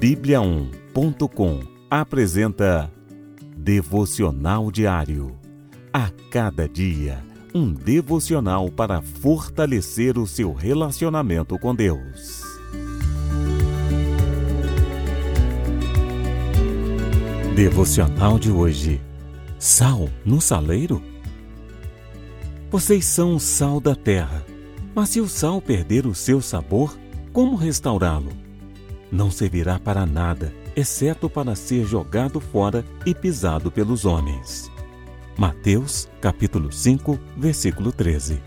Bíblia1.com apresenta Devocional Diário. A cada dia, um devocional para fortalecer o seu relacionamento com Deus. Devocional de hoje: Sal no saleiro? Vocês são o sal da terra, mas se o sal perder o seu sabor, como restaurá-lo? Não servirá para nada, exceto para ser jogado fora e pisado pelos homens. Mateus, capítulo 5, versículo 13.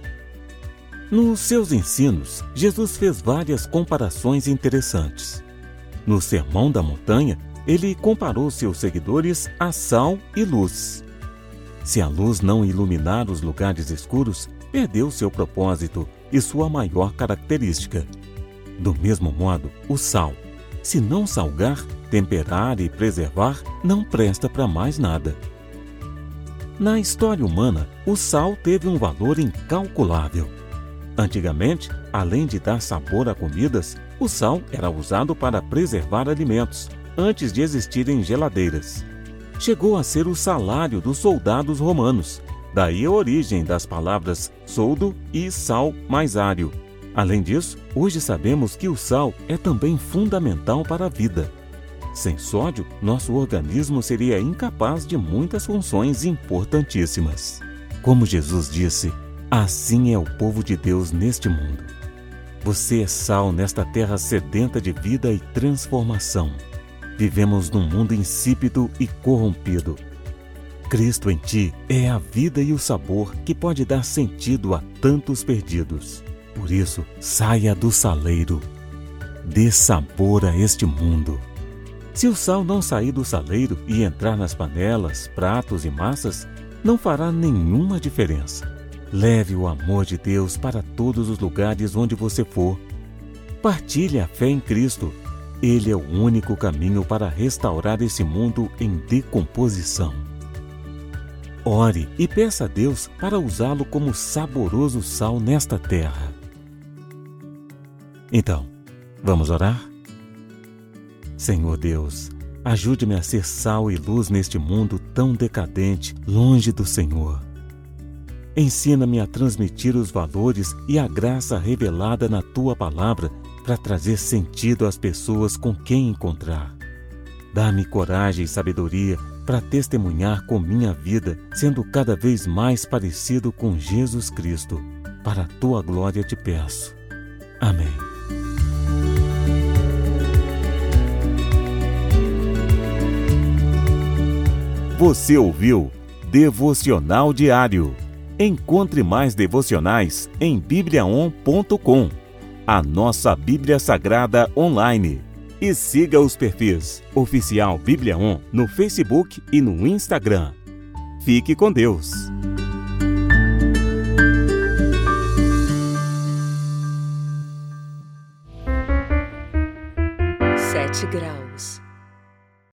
Nos seus ensinos, Jesus fez várias comparações interessantes. No Sermão da Montanha, ele comparou seus seguidores a sal e luz. Se a luz não iluminar os lugares escuros, perdeu seu propósito e sua maior característica. Do mesmo modo, o sal, se não salgar, temperar e preservar, não presta para mais nada. Na história humana, o sal teve um valor incalculável. Antigamente, além de dar sabor a comidas, o sal era usado para preservar alimentos, antes de existirem geladeiras. Chegou a ser o salário dos soldados romanos, daí a origem das palavras soldo e sal mais ário. Além disso, hoje sabemos que o sal é também fundamental para a vida. Sem sódio, nosso organismo seria incapaz de muitas funções importantíssimas. Como Jesus disse, assim é o povo de Deus neste mundo. Você é sal nesta terra sedenta de vida e transformação. Vivemos num mundo insípido e corrompido. Cristo em ti é a vida e o sabor que pode dar sentido a tantos perdidos. Por isso, saia do saleiro. Dê sabor a este mundo. Se o sal não sair do saleiro e entrar nas panelas, pratos e massas, não fará nenhuma diferença. Leve o amor de Deus para todos os lugares onde você for. Partilhe a fé em Cristo. Ele é o único caminho para restaurar esse mundo em decomposição. Ore e peça a Deus para usá-lo como saboroso sal nesta terra. Então, vamos orar? Senhor Deus, ajude-me a ser sal e luz neste mundo tão decadente, longe do Senhor. Ensina-me a transmitir os valores e a graça revelada na Tua Palavra para trazer sentido às pessoas com quem encontrar. Dá-me coragem e sabedoria para testemunhar com minha vida, sendo cada vez mais parecido com Jesus Cristo. Para a Tua glória te peço. Amém. Você ouviu Devocional Diário. Encontre mais devocionais em Bíblia1.com, a nossa Bíblia Sagrada online. E siga os perfis Oficial Bíblia 1 no Facebook e no Instagram. Fique com Deus. 7 graus.